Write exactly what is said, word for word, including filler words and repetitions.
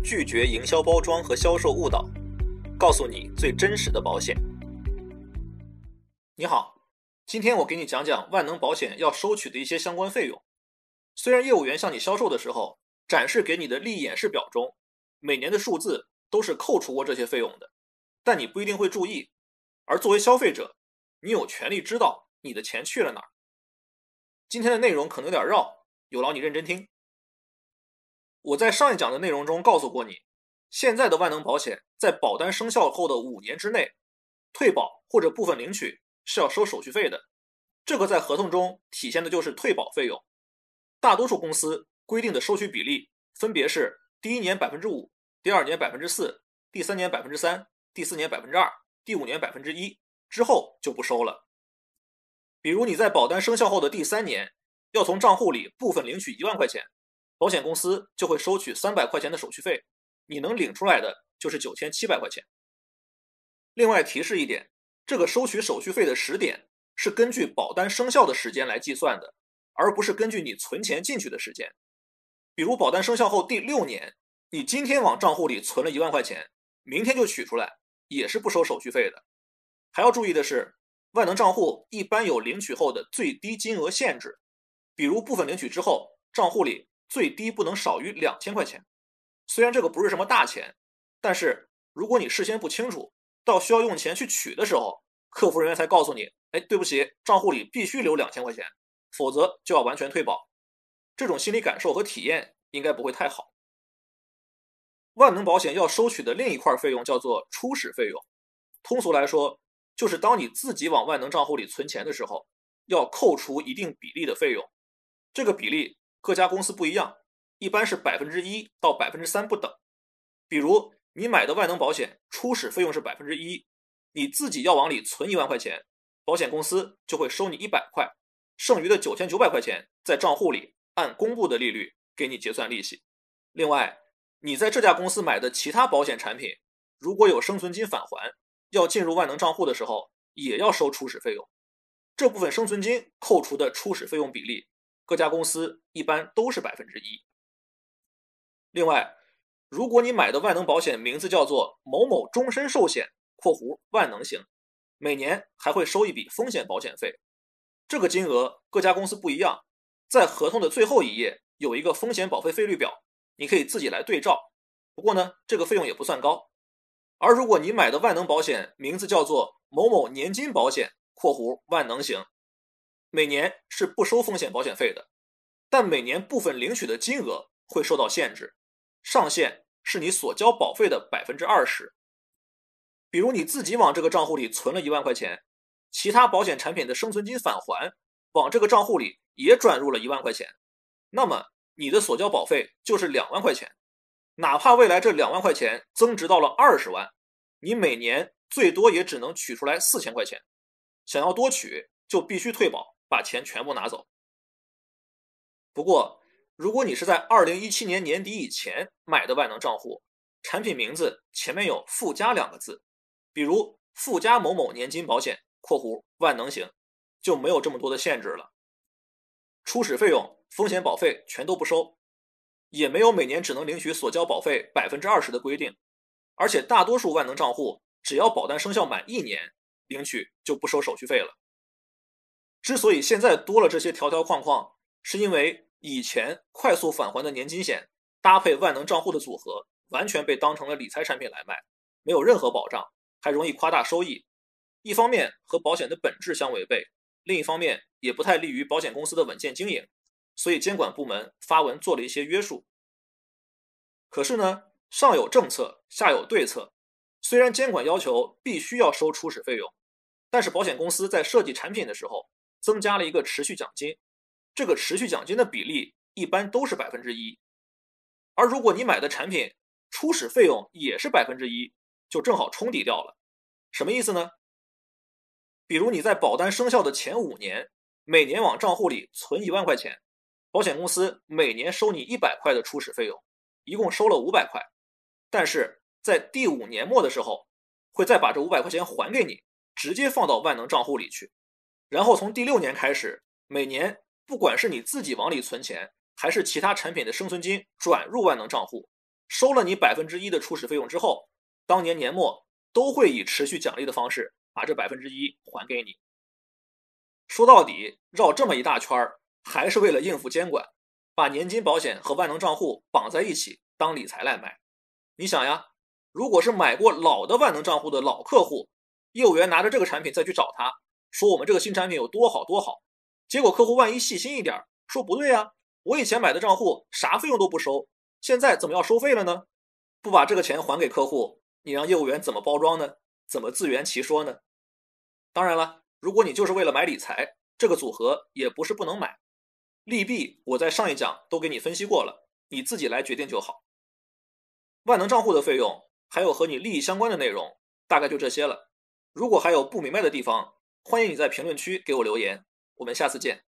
拒绝营销包装和销售误导，告诉你最真实的保险。你好，今天我给你讲讲万能保险要收取的一些相关费用。虽然业务员向你销售的时候展示给你的利益演示表中每年的数字都是扣除过这些费用的，但你不一定会注意，而作为消费者，你有权利知道你的钱去了哪儿。今天的内容可能有点绕，有劳你认真听。我在上一讲的内容中告诉过你，现在的万能保险在保单生效后的五年之内，退保或者部分领取是要收手续费的，这个在合同中体现的就是退保费用。大多数公司规定的收取比例分别是第一年 百分之五， 第二年 百分之四， 第三年 百分之三， 第四年 百分之二， 第五年 百分之一， 之后就不收了。比如你在保单生效后的第三年要从账户里部分领取一万块钱，保险公司就会收取三百块钱的手续费，你能领出来的就是九千七百块钱。另外提示一点，这个收取手续费的时点是根据保单生效的时间来计算的，而不是根据你存钱进去的时间。比如保单生效后第六年，你今天往账户里存了一万块钱，明天就取出来，也是不收手续费的。还要注意的是，万能账户一般有领取后的最低金额限制，比如部分领取之后，账户里最低不能少于两千块钱。虽然这个不是什么大钱，但是如果你事先不清楚，到需要用钱去取的时候，客服人员才告诉你，哎，对不起，账户里必须留两千块钱，否则就要完全退保。这种心理感受和体验应该不会太好。万能保险要收取的另一块费用叫做初始费用，通俗来说，就是当你自己往万能账户里存钱的时候，要扣除一定比例的费用。这个比例各家公司不一样，一般是 百分之一 到 百分之三 不等。比如你买的万能保险初始费用是 百分之一， 你自己要往里存一万块钱，保险公司就会收你一百块，剩余的九千九百块钱在账户里按公布的利率给你结算利息。另外，你在这家公司买的其他保险产品，如果有生存金返还，要进入万能账户的时候也要收初始费用。这部分生存金扣除的初始费用比例，各家公司一般都是 百分之一。 另外，如果你买的万能保险名字叫做某某终身寿险（括弧万能型），每年还会收一笔风险保险费，这个金额各家公司不一样，在合同的最后一页有一个风险保费费率表，你可以自己来对照。不过呢，这个费用也不算高。而如果你买的万能保险名字叫做某某年金保险（括弧万能型），每年是不收风险保险费的，但每年部分领取的金额会受到限制，上限是你所交保费的 百分之二十。 比如你自己往这个账户里存了一万块钱，其他保险产品的生存金返还往这个账户里也转入了一万块钱，那么你的所交保费就是两万块钱。哪怕未来这两万块钱增值到了二十万，你每年最多也只能取出来四千块钱，想要多取就必须退保，把钱全部拿走。不过如果你是在二零一七年年底以前买的万能账户，产品名字前面有附加两个字，比如附加某某年金保险（括弧万能型），就没有这么多的限制了。初始费用、风险保费全都不收，也没有每年只能领取所交保费 百分之二十 的规定，而且大多数万能账户只要保单生效满一年，领取就不收手续费了。之所以现在多了这些条条框框，是因为以前快速返还的年金险搭配万能账户的组合完全被当成了理财产品来卖，没有任何保障，还容易夸大收益。一方面和保险的本质相违背，另一方面也不太利于保险公司的稳健经营，所以监管部门发文做了一些约束。可是呢，上有政策，下有对策。虽然监管要求必须要收初始费用，但是保险公司在设计产品的时候增加了一个持续奖金，这个持续奖金的比例一般都是 百分之一。 而如果你买的产品初始费用也是 百分之一， 就正好冲抵掉了。什么意思呢？比如你在保单生效的前五年，每年往账户里存一万块钱，保险公司每年收你一百块的初始费用，一共收了五百块，但是在第五年末的时候，会再把这五百块钱还给你，直接放到万能账户里去。然后从第六年开始，每年不管是你自己往里存钱，还是其他产品的生存金转入万能账户， 收了你百分之一的初始费用之后，当年年末都会以持续奖励的方式把这百分之一还给你。说到底，绕这么一大圈，还是为了应付监管，把年金保险和万能账户绑在一起当理财来卖。你想呀，如果是买过老的万能账户的老客户，业务员拿着这个产品再去找他，说我们这个新产品有多好多好，结果客户万一细心一点，说不对啊，我以前买的账户啥费用都不收，现在怎么要收费了呢？不把这个钱还给客户，你让业务员怎么包装呢？怎么自圆其说呢？当然了，如果你就是为了买理财，这个组合也不是不能买，利弊我在上一讲都给你分析过了，你自己来决定就好。万能账户的费用还有和你利益相关的内容大概就这些了，如果还有不明白的地方，欢迎你在评论区给我留言，我们下次见。